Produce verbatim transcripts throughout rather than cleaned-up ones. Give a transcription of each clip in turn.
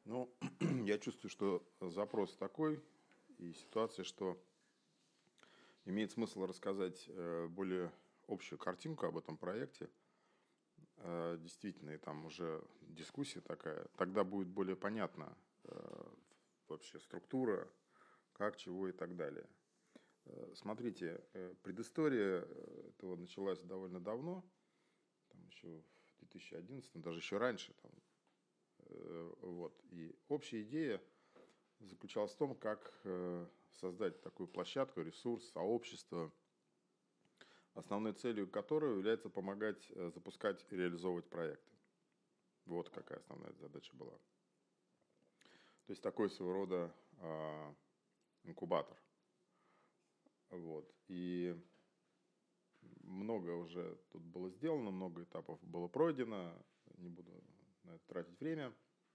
Ну, я чувствую, что запрос такой и ситуация, что имеет смысл рассказать э, более общую картинку об этом проекте. Э, Действительно, и там уже дискуссия такая. Тогда будет более понятна э, вообще структура, как, чего и так далее. Э, Смотрите, э, предыстория э, этого началась довольно давно, там еще в две тысячи одиннадцатом, даже еще раньше. Там, э, вот. И общая идея заключалась в том, как э, создать такую площадку, ресурс, сообщество, основной целью которой является помогать э, запускать и реализовывать проекты. Вот какая основная задача была. То есть такой своего рода э, инкубатор. Вот. И много уже тут было сделано, много этапов было пройдено. Не буду на это тратить время.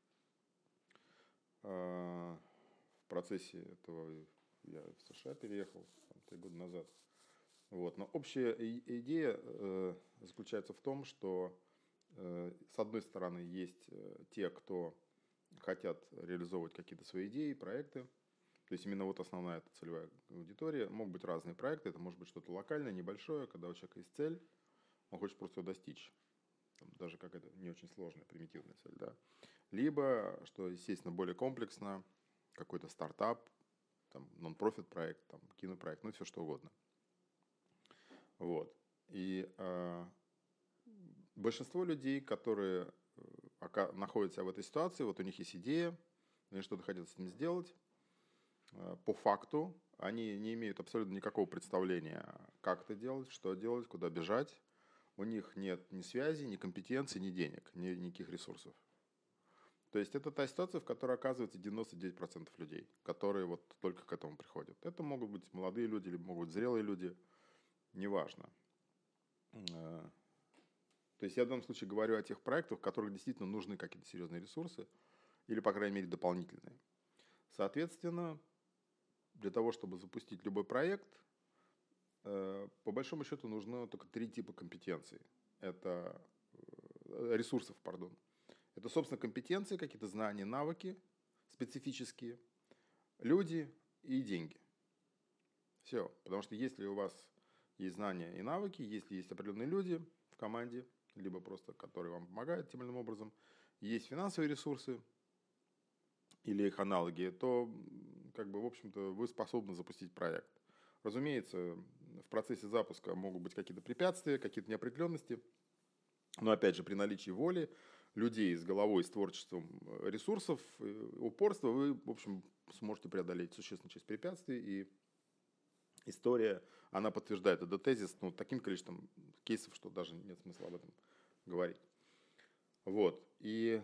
Э, в процессе этого я в США переехал там, три года назад. Вот. Но общая идея э, заключается в том, что э, с одной стороны есть э, те, кто хотят реализовывать какие-то свои идеи, проекты. То есть именно вот основная эта целевая аудитория. Могут быть разные проекты, это может быть что-то локальное, небольшое, когда у человека есть цель, он хочет просто ее достичь. Там, даже какая-то не очень сложная, примитивная цель. Да. Либо, что, естественно, более комплексно, какой-то стартап, там, нон-профит проект, там, кинопроект, ну все что угодно. Вот. И э, большинство людей, которые э, находятся в этой ситуации, вот у них есть идея, они что-то хотят с этим сделать, э, по факту они не имеют абсолютно никакого представления, как это делать, что делать, куда бежать. У них нет ни связи, ни компетенции, ни денег, ни никаких ресурсов. То есть это та ситуация, в которой оказывается девяносто девять процентов людей, которые вот только к этому приходят. Это могут быть молодые люди, или могут быть зрелые люди, неважно. То есть я в данном случае говорю о тех проектах, в которых действительно нужны какие-то серьезные ресурсы, или, по крайней мере, дополнительные. Соответственно, для того, чтобы запустить любой проект, по большому счету нужно только три типа компетенций. Это ресурсов, пардон. Это, собственно, компетенции, какие-то знания, навыки специфические, люди и деньги. Все. Потому что если у вас есть знания и навыки, если есть определенные люди в команде, либо просто которые вам помогают тем или иным образом, есть финансовые ресурсы или их аналоги, то, как бы, в общем-то, вы способны запустить проект. Разумеется, в процессе запуска могут быть какие-то препятствия, какие-то неопределенности, но, опять же, при наличии воли, людей с головой, с творчеством, ресурсов, упорства, вы, в общем, сможете преодолеть существенную часть препятствий, и история, она подтверждает этот тезис, ну, таким количеством кейсов, что даже нет смысла об этом говорить. Вот. И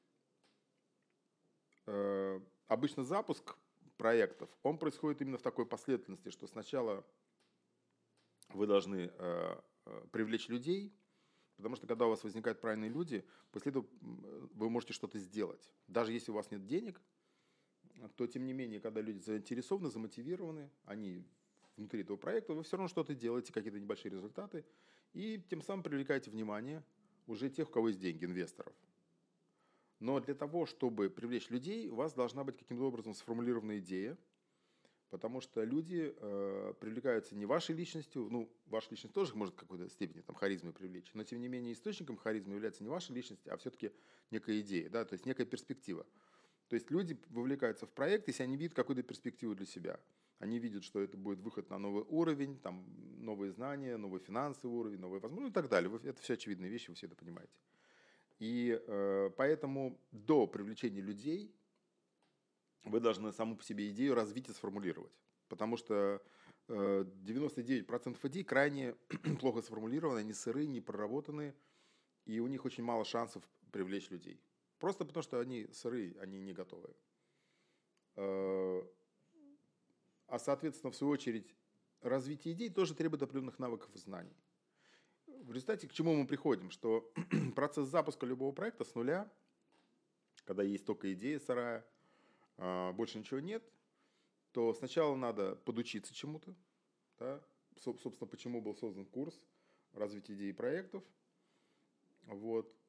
э, обычно запуск проектов, он происходит именно в такой последовательности, что сначала вы должны э, привлечь людей, потому что когда у вас возникают правильные люди, после этого вы можете что-то сделать. Даже если у вас нет денег, то, тем не менее, когда люди заинтересованы, замотивированы, они внутри этого проекта, вы все равно что-то делаете, какие-то небольшие результаты, и тем самым привлекаете внимание уже тех, у кого есть деньги, инвесторов. Но для того, чтобы привлечь людей, у вас должна быть каким-то образом сформулирована идея, потому что люди э, привлекаются не вашей личностью, ну, ваша личность тоже может в какой-то степени там, харизмой привлечь, но тем не менее источником харизмы является не ваша личность, а все-таки некая идея, да, то есть некая перспектива. То есть люди вовлекаются в проект, если они видят какую-то перспективу для себя. Они видят, что это будет выход на новый уровень, там, новые знания, новый финансовый уровень, новые возможности, ну и так далее. Это все очевидные вещи, вы все это понимаете. И э, поэтому до привлечения людей вы должны саму по себе идею развить и сформулировать. Потому что э, девяносто девять процентов идей крайне плохо сформулированы, они сырые, не проработанные, и у них очень мало шансов привлечь людей. Просто потому, что они сырые, они не готовые. А, соответственно, в свою очередь, развитие идей тоже требует определенных навыков и знаний. В результате к чему мы приходим? Что процесс запуска любого проекта с нуля, когда есть только идея сырая, больше ничего нет, то сначала надо подучиться чему-то. Да? Собственно, почему был создан курс развития идей и проектов. Вот.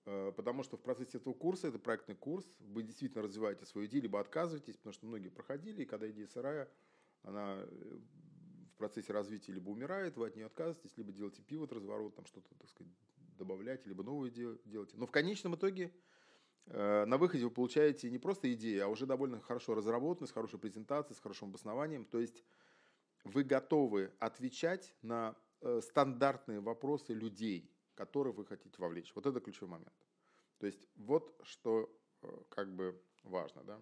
Потому что в процессе этого курса, это проектный курс, вы действительно развиваете свою идею, либо отказываетесь, потому что многие проходили, и когда идея сырая, она в процессе развития либо умирает, вы от нее отказываетесь, либо делаете пивот, разворот, там что-то, так сказать, добавляете, либо новую идею делаете. Но в конечном итоге на выходе вы получаете не просто идею, а уже довольно хорошо разработанную, с хорошей презентацией, с хорошим обоснованием. То есть вы готовы отвечать на стандартные вопросы людей, которых вы хотите вовлечь. Вот это ключевой момент. То есть вот что как бы важно, да.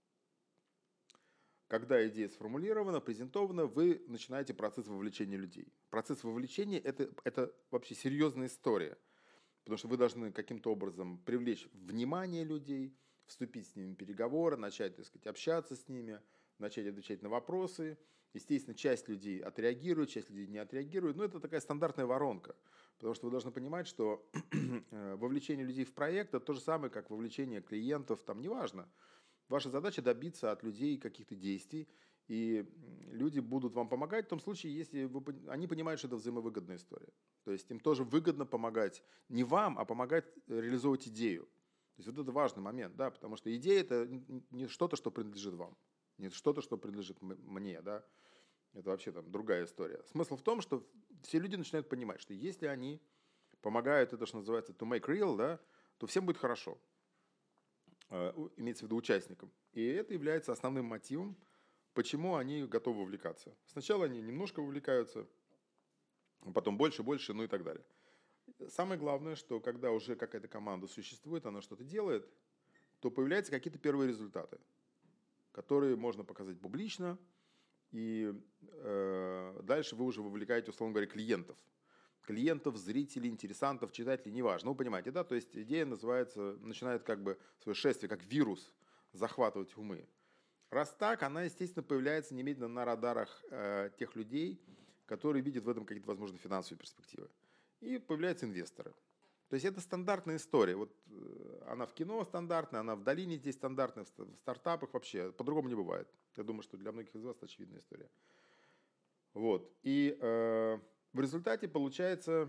Когда идея сформулирована, презентована, вы начинаете процесс вовлечения людей. Процесс вовлечения это, – это вообще серьезная история, потому что вы должны каким-то образом привлечь внимание людей, вступить с ними в переговоры, начать, так сказать, общаться с ними, начать отвечать на вопросы. Естественно, часть людей отреагирует, часть людей не отреагирует. Но это такая стандартная воронка. Потому что вы должны понимать, что вовлечение людей в проект – это то же самое, как вовлечение клиентов, там неважно. Ваша задача добиться от людей каких-то действий, и люди будут вам помогать в том случае, если вы, они понимают, что это взаимовыгодная история. То есть им тоже выгодно помогать не вам, а помогать реализовывать идею. То есть вот это важный момент, да, потому что идея – это не что-то, что принадлежит вам, не что-то, что принадлежит мне, да. Это вообще там другая история. Смысл в том, что все люди начинают понимать, что если они помогают, это что называется to make real, да, то всем будет хорошо. Имеется в виду участникам. И это является основным мотивом, почему они готовы вовлекаться. Сначала они немножко вовлекаются, потом больше, больше, ну и так далее. Самое главное, что когда уже какая-то команда существует, она что-то делает, то появляются какие-то первые результаты, которые можно показать публично, и э, дальше вы уже вовлекаете, условно говоря, клиентов. Клиентов, зрителей, интересантов, читателей, неважно. Ну, понимаете, да? То есть идея называется, начинает как бы свое шествие, как вирус, захватывать умы. Раз так, она, естественно, появляется немедленно на радарах э, тех людей, которые видят в этом какие-то, возможно, финансовые перспективы. И появляются инвесторы. То есть это стандартная история. Вот э, она в кино стандартная, она в долине здесь стандартная, в, в стартапах вообще. По-другому не бывает. Я думаю, что для многих из вас это очевидная история. Вот. И э, в результате получается,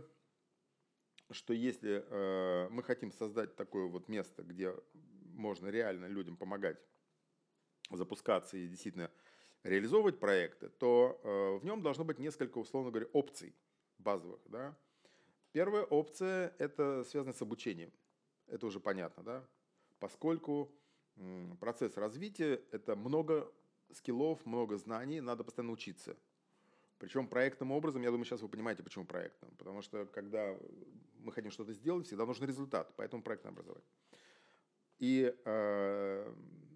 что если э, мы хотим создать такое вот место, где можно реально людям помогать запускаться и действительно реализовывать проекты, то э, в нем должно быть несколько, условно говоря, опций базовых. Да? Первая опция – это связано с обучением. Это уже понятно, да? Поскольку м, процесс развития – это много скиллов, много знаний, надо постоянно учиться. Причем проектным образом, я думаю, сейчас вы понимаете, почему проектным. Потому что когда мы хотим что-то сделать, всегда нужен результат, поэтому проектное образование. И э,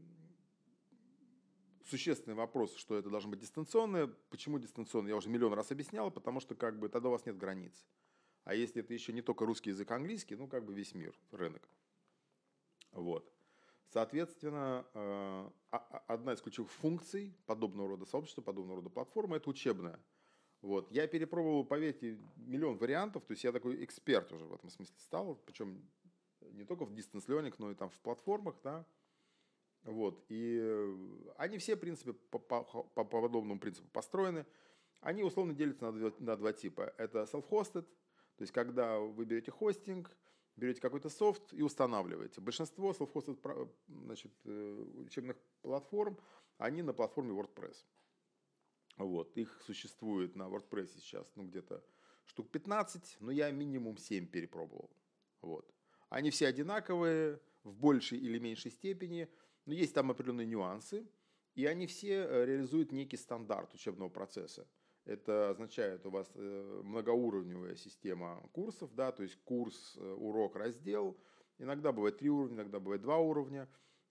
существенный вопрос, что это должно быть дистанционное. Почему дистанционное? Я уже миллион раз объяснял, потому что как бы тогда у вас нет границ. А если это еще не только русский язык, а английский, ну как бы весь мир, рынок. Вот. Соответственно, одна из ключевых функций подобного рода сообщества, подобного рода платформы – это учебная. Вот. Я перепробовал, поверьте, миллион вариантов, то есть я такой эксперт уже в этом смысле стал, причем не только в distance learning, но и там в платформах, да. Вот. И они все, в принципе, по, по, по подобному принципу построены. Они условно делятся на два, на два типа. Это self-hosted, то есть когда вы берете хостинг, берете какой-то софт и устанавливаете. Большинство self-hosted, значит, учебных платформ, они на платформе WordPress. Вот. Их существует на WordPress сейчас ну, где-то штук пятнадцать, но я минимум семь перепробовал. Вот. Они все одинаковые в большей или меньшей степени, но есть там определенные нюансы, и они все реализуют некий стандарт учебного процесса. Это означает, у вас многоуровневая система курсов, да, то есть курс, урок, раздел. Иногда бывает три уровня, иногда бывает два уровня.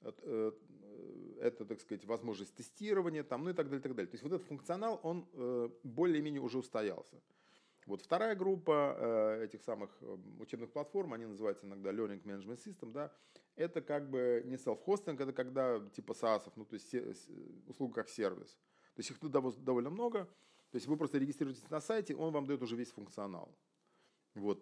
Это, так сказать, возможность тестирования, там, ну и так далее, так далее. То есть вот этот функционал, он более-менее уже устоялся. Вот вторая группа этих самых учебных платформ, они называются иногда Learning Management System, да, это как бы не self-hosting, это когда типа SaaS, ну то есть услуга как сервис. То есть их тут довольно много. То есть вы просто регистрируетесь на сайте, он вам дает уже весь функционал. Вот.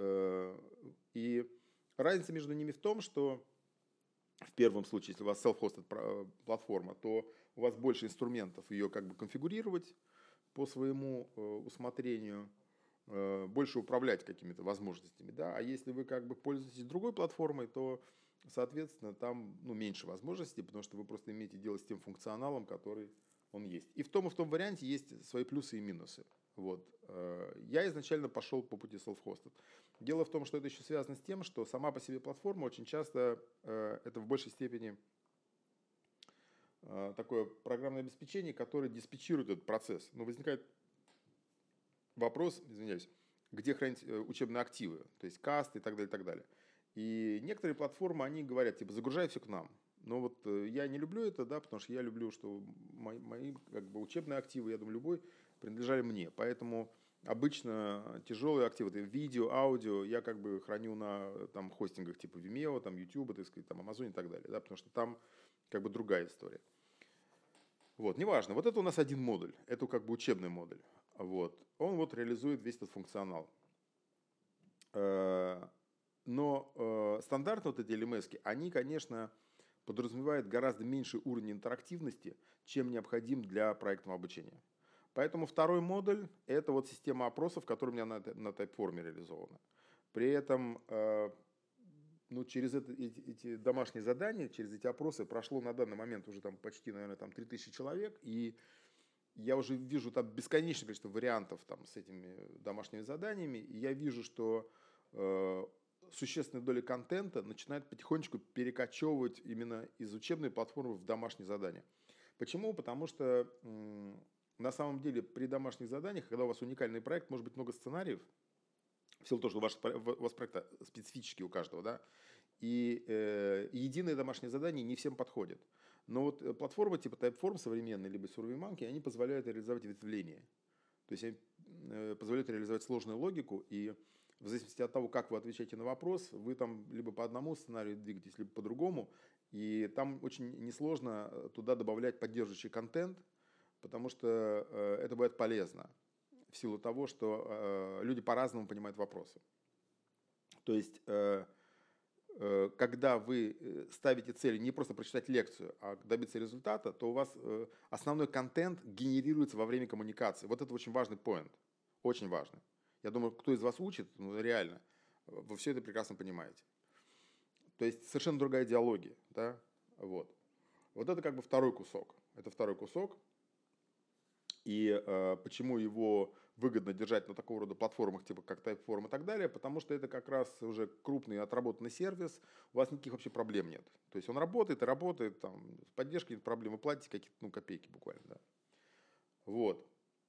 И разница между ними в том, что в первом случае, если у вас self-hosted платформа, то у вас больше инструментов ее как бы конфигурировать по своему усмотрению. э, больше управлять какими-то возможностями, да, а если вы как бы пользуетесь другой платформой, то, соответственно, там, ну, меньше возможностей, потому что вы просто имеете дело с тем функционалом, который он есть. И в том и в том варианте есть свои плюсы и минусы. Вот. Э, Я изначально пошел по пути self-hosted. Дело в том, что это еще связано с тем, что сама по себе платформа очень часто э, это в большей степени э, такое программное обеспечение, которое диспетчирует этот процесс. Но возникает вопрос, извиняюсь, где хранить э, учебные активы, то есть касты и так далее, и так далее. И некоторые платформы, они говорят, типа, загружай все к нам. Но вот э, я не люблю это, да, потому что я люблю, что мои, мои как бы, учебные активы, я думаю, любой, принадлежали мне. Поэтому обычно тяжелые активы, это видео, аудио, я как бы храню на там, хостингах типа Vimeo, там, YouTube, так сказать, там, Amazon и так далее, да, потому что там как бы другая история. Вот, неважно. Вот это у нас один модуль. Это как бы учебный модуль. Вот. Он вот реализует весь этот функционал. Э, Но э, стандартные вот эти эл эм эс, они, конечно, подразумевают гораздо меньший уровень интерактивности, чем необходим для проектного обучения. Поэтому второй модуль – это вот система опросов, которая у меня на, на Typeform реализована. При этом э, ну, через это, эти, эти домашние задания, через эти опросы прошло на данный момент уже там почти, наверное, там три тысячи человек, и я уже вижу там бесконечное количество вариантов там, с этими домашними заданиями, и я вижу, что э, существенная доля контента начинает потихонечку перекочевывать именно из учебной платформы в домашние задания. Почему? Потому что м, на самом деле при домашних заданиях, когда у вас уникальный проект, может быть много сценариев, в силу того, что ваш, у вас проект специфический у каждого, да, и э, единое домашнее задание не всем подходит. Но вот платформы типа Typeform современные, либо SurveyMonkey, они позволяют реализовать ветвление. То есть они э, позволяют реализовать сложную логику, и в зависимости от того, как вы отвечаете на вопрос, вы там либо по одному сценарию двигаетесь, либо по другому. И там очень несложно туда добавлять поддерживающий контент, потому что э, это будет полезно в силу того, что э, люди по-разному понимают вопросы. То есть, э, э, когда вы ставите цель не просто прочитать лекцию, а добиться результата, то у вас э, основной контент генерируется во время коммуникации. Вот это очень важный поинт, очень важный. Я думаю, кто из вас учит, ну реально, вы все это прекрасно понимаете. То есть совершенно другая идеология, да, вот. Вот это как бы второй кусок. Это второй кусок. И э, почему его выгодно держать на такого рода платформах, типа как Typeform и так далее, потому что это как раз уже крупный отработанный сервис, у вас никаких вообще проблем нет. То есть он работает и работает, там, с поддержкой нет проблем, вы платите какие-то ну, копейки буквально. Да. Вот.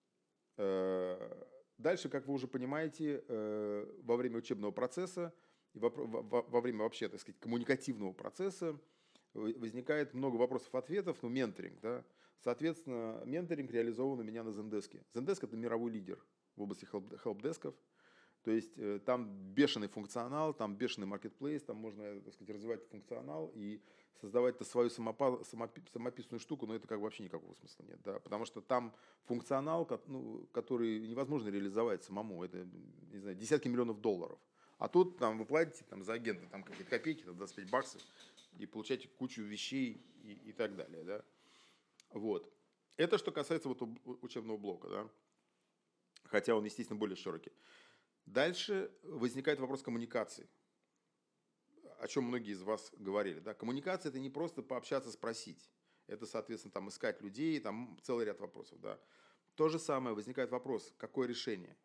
Дальше, как вы уже понимаете, э, во время учебного процесса и во, во, во время вообще, так сказать, коммуникативного процесса возникает много вопросов-ответов, ну, менторинг, да. Соответственно, менторинг реализован у меня на Zendesk. Zendesk – это мировой лидер в области хелпдесков. То есть э, там бешеный функционал, там бешеный маркетплейс, там можно, так сказать, развивать функционал и создавать-то свою самопа, самопи, самописную штуку, но это как бы вообще никакого смысла нет, да, потому что там функционал, ну, который невозможно реализовать самому, это, не знаю, десятки миллионов долларов. А тут там, вы платите там, за агента там, какие-то копейки, там, двадцать пять баксов, и получаете кучу вещей и, и так далее. Да? Вот. Это что касается вот учебного блока, да? Хотя он, естественно, более широкий. Дальше возникает вопрос коммуникации, о чем многие из вас говорили. Да? Коммуникация – это не просто пообщаться, спросить. Это, соответственно, там, искать людей, там целый ряд вопросов. Да? То же самое возникает вопрос, какое решение.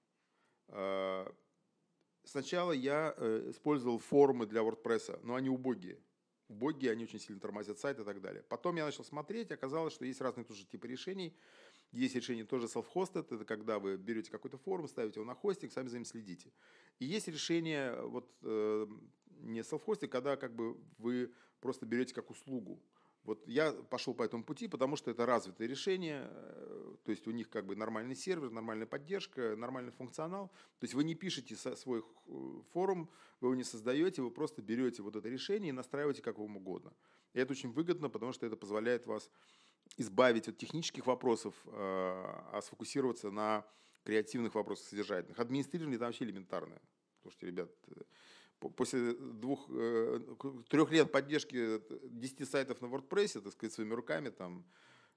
Сначала я использовал форумы для WordPress, но они убогие. Убогие, они очень сильно тормозят сайт и так далее. Потом я начал смотреть, оказалось, что есть разные тоже типы решений. Есть решение тоже self-hosted, это когда вы берете какой-то форум, ставите его на хостинг, сами за ним следите. И есть решение вот, э, не self-hosted, когда как бы вы просто берете как услугу. Вот я пошел по этому пути, потому что это развитое решение, то есть у них как бы нормальный сервер, нормальная поддержка, нормальный функционал. То есть вы не пишете свой форум, вы его не создаете, вы просто берете вот это решение и настраиваете как вам угодно. И это очень выгодно, потому что это позволяет вас избавить от технических вопросов, а сфокусироваться на креативных вопросах содержательных. Администрирование там вообще элементарное. Потому что, ребят, после двух, трех лет поддержки десяти сайтов на WordPress, так сказать, своими руками, там,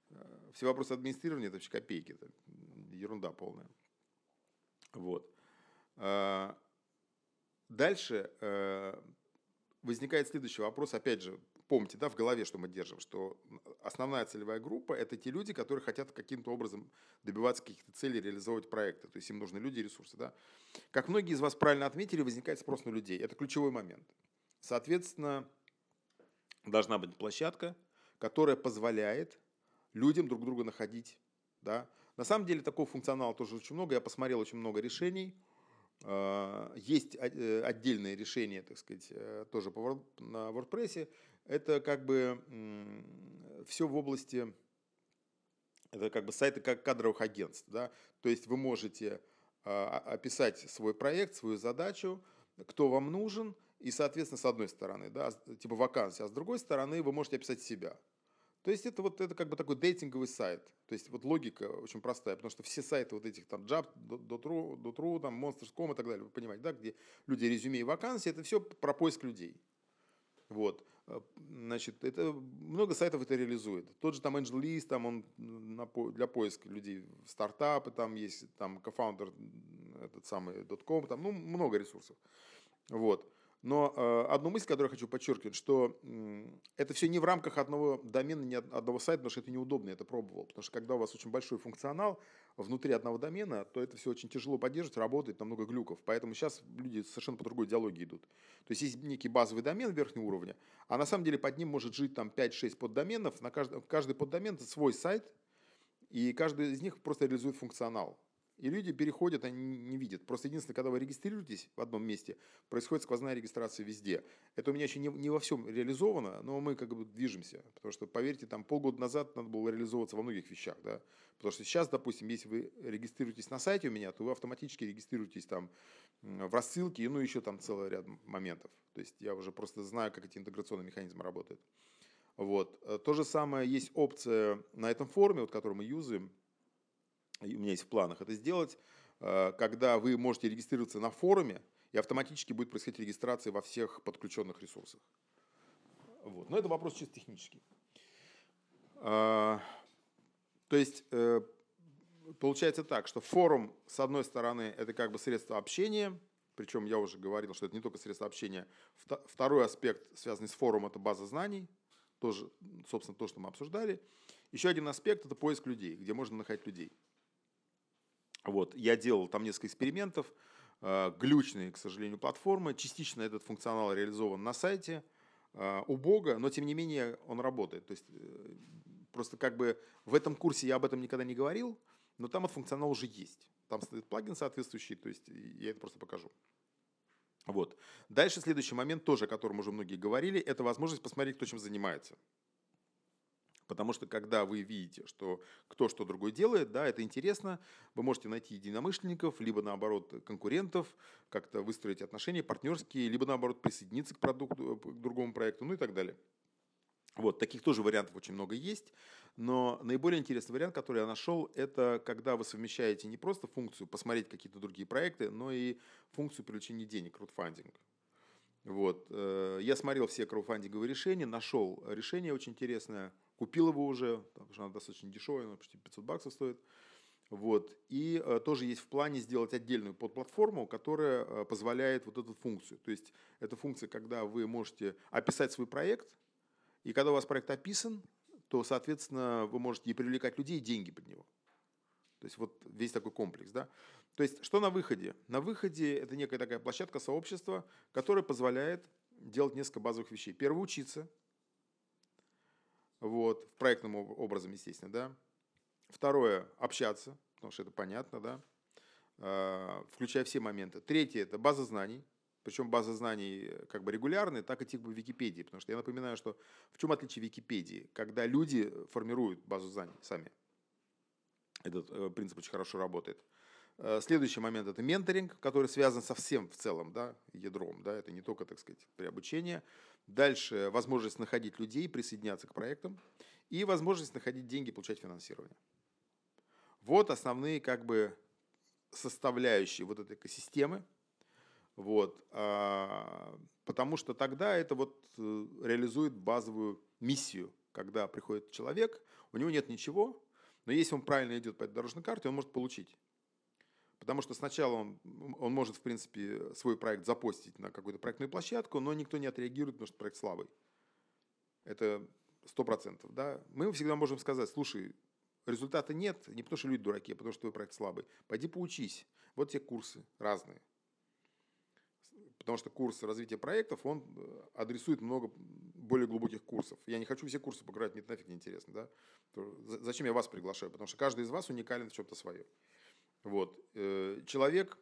все вопросы администрирования – это вообще копейки, это ерунда полная. Вот. А, Дальше э, возникает следующий вопрос. Опять же, помните, да, в голове, что мы держим, что основная целевая группа – это те люди, которые хотят каким-то образом добиваться каких-то целей, реализовывать проекты. То есть им нужны люди и ресурсы. Да? Как многие из вас правильно отметили, возникает спрос на людей. Это ключевой момент. Соответственно, должна быть площадка, которая позволяет людям друг друга находить. Да? На самом деле такого функционала тоже очень много. Я посмотрел очень много решений. Есть отдельные решения, так сказать, тоже на WordPress. Это как бы все в области, это как бы сайты как кадровых агентств. Да? То есть вы можете описать свой проект, свою задачу, кто вам нужен, и, соответственно, с одной стороны, да, типа вакансия, а с другой стороны вы можете описать себя. То есть это вот это как бы такой дейтинговый сайт. То есть вот логика очень простая, потому что все сайты вот этих там Job, Dotru, там Monsters точка ком и так далее, вы понимаете, да, где люди резюме и вакансии, это все про поиск людей. Вот. Значит, это, много сайтов это реализует. Тот же там AngelList, там он на, для поиска людей, стартапы, там есть, там кофаундер, этот самый .com, там, ну, много ресурсов. Вот. Но э, одну мысль, которую я хочу подчеркивать, что э, это все не в рамках одного домена, не одного сайта, потому что это неудобно, я это пробовал. Потому что когда у вас очень большой функционал внутри одного домена, то это все очень тяжело поддерживать, работает, там много глюков. Поэтому сейчас люди совершенно по другой идеологии идут. То есть есть некий базовый домен верхнего уровня, а на самом деле под ним может жить там пять-шесть поддоменов. На каждый, каждый поддомен это свой сайт, и каждый из них просто реализует функционал. И люди переходят, они не видят. Просто единственное, когда вы регистрируетесь в одном месте, происходит сквозная регистрация везде. Это у меня еще не, не во всем реализовано, но мы как бы движемся. Потому что, поверьте, там полгода назад надо было реализовываться во многих вещах. Да? Потому что сейчас, допустим, если вы регистрируетесь на сайте у меня, то вы автоматически регистрируетесь там в рассылке, ну еще там целый ряд моментов. То есть я уже просто знаю, как эти интеграционные механизмы работают. Вот. То же самое есть опция на этом форуме, вот, который мы юзаем, у меня есть в планах это сделать, когда вы можете регистрироваться на форуме, и автоматически будет происходить регистрация во всех подключенных ресурсах. Вот. Но это вопрос чисто технический. То есть получается так, что форум, с одной стороны, это как бы средство общения, причем я уже говорил, что это не только средство общения. Второй аспект, связанный с форумом, это база знаний, тоже, собственно, то, что мы обсуждали. Еще один аспект – это поиск людей, где можно находить людей. Вот, я делал там несколько экспериментов, глючные, к сожалению, платформы. Частично этот функционал реализован на сайте, убого, но тем не менее он работает. То есть просто как бы в этом курсе я об этом никогда не говорил, но там этот функционал уже есть. Там стоит плагин соответствующий, то есть я это просто покажу. Вот. Дальше следующий момент, тоже о котором уже многие говорили, это возможность посмотреть, кто чем занимается. Потому что когда вы видите, что кто что другой делает, да, это интересно, вы можете найти единомышленников, либо наоборот конкурентов, как-то выстроить отношения партнерские, либо наоборот присоединиться к продукту, к другому проекту, ну и так далее. Вот, таких тоже вариантов очень много есть, но наиболее интересный вариант, который я нашел, это когда вы совмещаете не просто функцию посмотреть какие-то другие проекты, но и функцию привлечения денег, краудфандинг. Вот. Я смотрел все краудфандинговые решения, нашел решение очень интересное, купил его уже, потому что оно достаточно дешевое, оно почти пятьсот баксов стоит. Вот. И тоже есть в плане сделать отдельную подплатформу, которая позволяет вот эту функцию. То есть это функция, когда вы можете описать свой проект, и когда у вас проект описан, то, соответственно, вы можете и привлекать людей, и деньги под него. То есть вот весь такой комплекс, да. То есть что на выходе? На выходе это некая такая площадка сообщества, которая позволяет делать несколько базовых вещей. Первое – учиться, вот, в проектном образом, естественно, да. Второе – общаться, потому что это понятно, да, включая все моменты. Третье – это база знаний. Причем база знаний как бы регулярные, так и типа в Википедии. Потому что я напоминаю, что в чем отличие Википедии? Когда люди формируют базу знаний сами. Этот принцип очень хорошо работает. Следующий момент – это менторинг, который связан со всем в целом, да, ядром. Да, это не только, так сказать, при обучении. Дальше возможность находить людей, присоединяться к проектам. И возможность находить деньги, получать финансирование. Вот основные как бы составляющие вот этой экосистемы. Вот, потому что тогда это вот реализует базовую миссию, когда приходит человек, у него нет ничего, но если он правильно идет по этой дорожной карте, он может получить. Потому что сначала он, он может, в принципе, свой проект запостить на какую-то проектную площадку, но никто не отреагирует, потому что проект слабый. Это сто процентов. Да? Мы всегда можем сказать, слушай, результата нет, не потому что люди дураки, а потому что твой проект слабый. Пойди поучись. Вот те курсы разные. Потому что курс развития проектов, он адресует много более глубоких курсов. Я не хочу все курсы покрывать, мне это нафиг не интересно. Да? Зачем я вас приглашаю? Потому что каждый из вас уникален в чем-то своем. Вот. Человек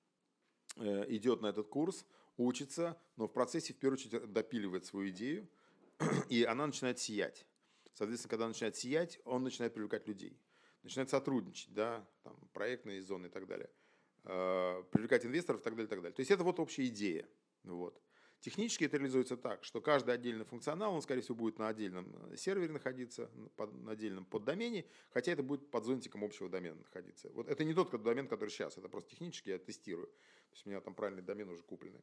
идет на этот курс, учится, но в процессе в первую очередь допиливает свою идею, и она начинает сиять. Соответственно, когда она начинает сиять, он начинает привлекать людей. Начинает сотрудничать, да, там, проектные зоны и так далее. Привлекать инвесторов и так далее, и так далее. То есть это вот общая идея. Вот. Технически это реализуется так, что каждый отдельный функционал, он, скорее всего, будет на отдельном сервере находиться, на отдельном поддомене, хотя это будет под зонтиком общего домена находиться. Вот это не тот домен, который сейчас, это просто технически я тестирую. То есть у меня там правильный домен уже купленный.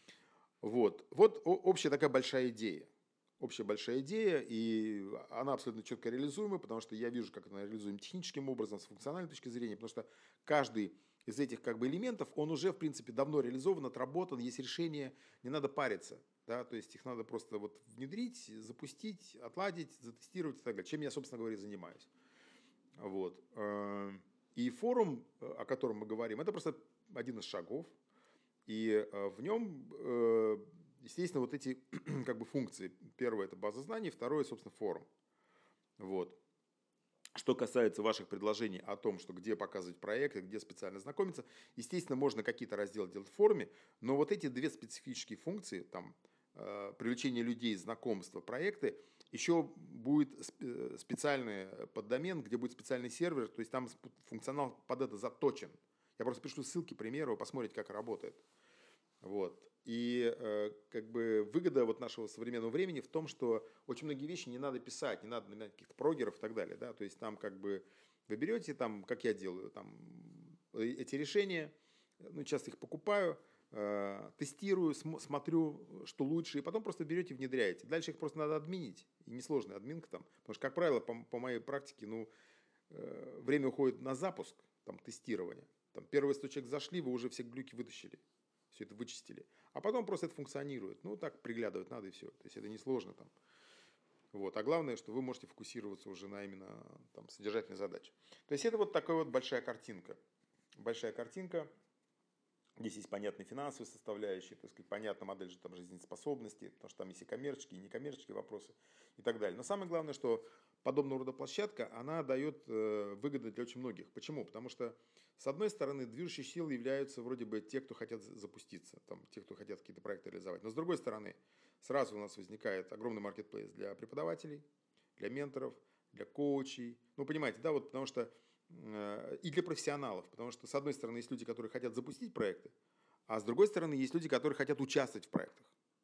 Вот, вот общая такая большая идея. Общая большая идея, и она абсолютно четко реализуема, потому что я вижу, как она реализуема техническим образом, с функциональной точки зрения, потому что каждый из этих как бы элементов, он уже, в принципе, давно реализован, отработан, есть решение, не надо париться, да, то есть их надо просто вот внедрить, запустить, отладить, затестировать и так далее, чем я, собственно говоря, занимаюсь. Вот. И форум, о котором мы говорим, это просто один из шагов, и в нем, естественно, вот эти как бы функции. Первое – это база знаний, второе – собственно, форум. Вот. Что касается ваших предложений о том, что где показывать проекты, где специально знакомиться, естественно, можно какие-то разделы делать в форуме, но вот эти две специфические функции, там, э, привлечение людей, знакомство, проекты, еще будет специальный поддомен, где будет специальный сервер, то есть там функционал под это заточен. Я просто пришлю ссылки, примеры, вы посмотрите, как работает. Вот. И э, как бы выгода вот нашего современного времени в том, что очень многие вещи не надо писать, не надо нанимать каких-то прогеров и так далее. Да? То есть там как бы вы берете, там, как я делаю, там, эти решения, ну, часто их покупаю, э, тестирую, см- смотрю, что лучше, и потом просто берете и внедряете. Дальше их просто надо админить. И несложная админка там. Потому что, как правило, по, по моей практике, ну, э, время уходит на запуск, там, тестирование. Там, первые сто человек зашли, вы уже все глюки вытащили. Все это вычистили. А потом просто это функционирует. Ну, так приглядывать надо и все. То есть это несложно там. Вот. А главное, что вы можете фокусироваться уже на именно там, содержательной задаче. То есть это вот такая вот большая картинка. Большая картинка. Здесь есть понятные финансовые составляющие, так сказать, понятна модель же, там, жизнеспособности, потому что там есть и коммерческие, и некоммерческие вопросы и так далее. Но самое главное, что подобного рода площадка, она дает э, выгоды для очень многих. Почему? Потому что, с одной стороны, движущей силой являются вроде бы те, кто хотят запуститься, там, те, кто хотят какие-то проекты реализовать. Но с другой стороны, сразу у нас возникает огромный маркетплейс для преподавателей, для менторов, для коучей. Ну, понимаете, да, вот потому что и для профессионалов, потому что, с одной стороны, есть люди, которые хотят запустить проекты, а с другой стороны, есть люди, которые хотят участвовать в проектах.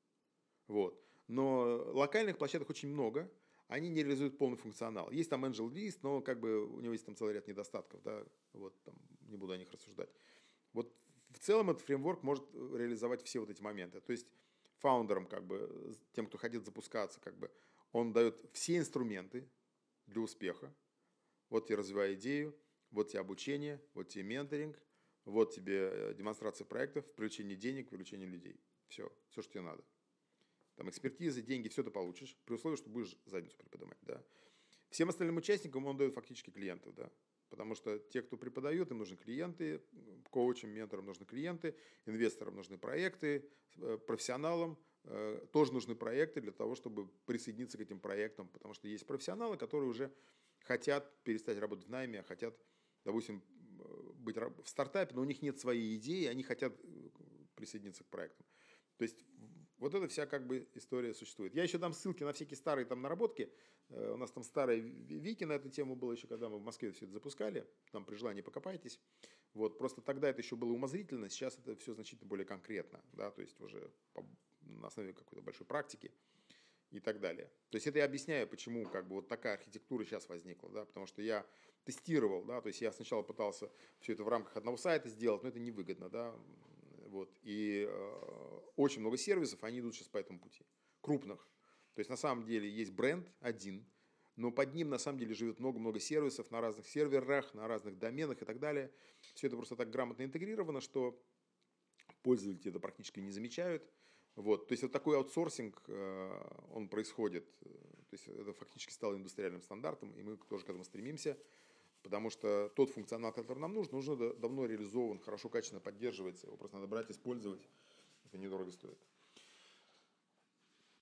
Вот. Но локальных площадок очень много, они не реализуют полный функционал. Есть там AngelList, но как бы у него есть там целый ряд недостатков, да, вот там не буду о них рассуждать. Вот в целом этот фреймворк может реализовать все вот эти моменты. То есть фаундерам, как бы, тем, кто хотит запускаться, как бы, он дает все инструменты для успеха. Вот тебе развивай идею, вот тебе обучение, вот тебе менторинг, вот тебе демонстрация проектов, привлечение денег, привлечение людей. Все, все, что тебе надо. Там экспертизы, деньги, все ты получишь, при условии, что будешь задницу преподавать. Да. Всем остальным участникам он дает фактически клиентов, да. Потому что те, кто преподает, им нужны клиенты, коучам, менторам нужны клиенты, инвесторам нужны проекты, профессионалам тоже нужны проекты для того, чтобы присоединиться к этим проектам, потому что есть профессионалы, которые уже хотят перестать работать в найме, а хотят, допустим, быть в стартапе, но у них нет своей идеи, они хотят присоединиться к проектам. То есть вот эта вся как бы история существует. Я еще дам ссылки на всякие старые там наработки. У нас там старые вики на эту тему было еще, когда мы в Москве все это запускали. Там при желании покопайтесь. Вот, просто тогда это еще было умозрительно, сейчас это все значительно более конкретно. Да, то есть уже по, на основе какой-то большой практики и так далее. То есть это я объясняю, почему как бы вот такая архитектура сейчас возникла, да, потому что я тестировал, да, то есть я сначала пытался все это в рамках одного сайта сделать, но это невыгодно, да, вот, и э, очень много сервисов, они идут сейчас по этому пути, крупных. То есть на самом деле есть бренд один, но под ним на самом деле живет много-много сервисов на разных серверах, на разных доменах и так далее. Все это просто так грамотно интегрировано, что пользователи это практически не замечают. Вот. То есть вот такой аутсорсинг, он происходит, то есть это фактически стало индустриальным стандартом, и мы тоже к этому стремимся, потому что тот функционал, который нам нужен, уже давно реализован, хорошо, качественно поддерживается, его просто надо брать, использовать, это недорого стоит.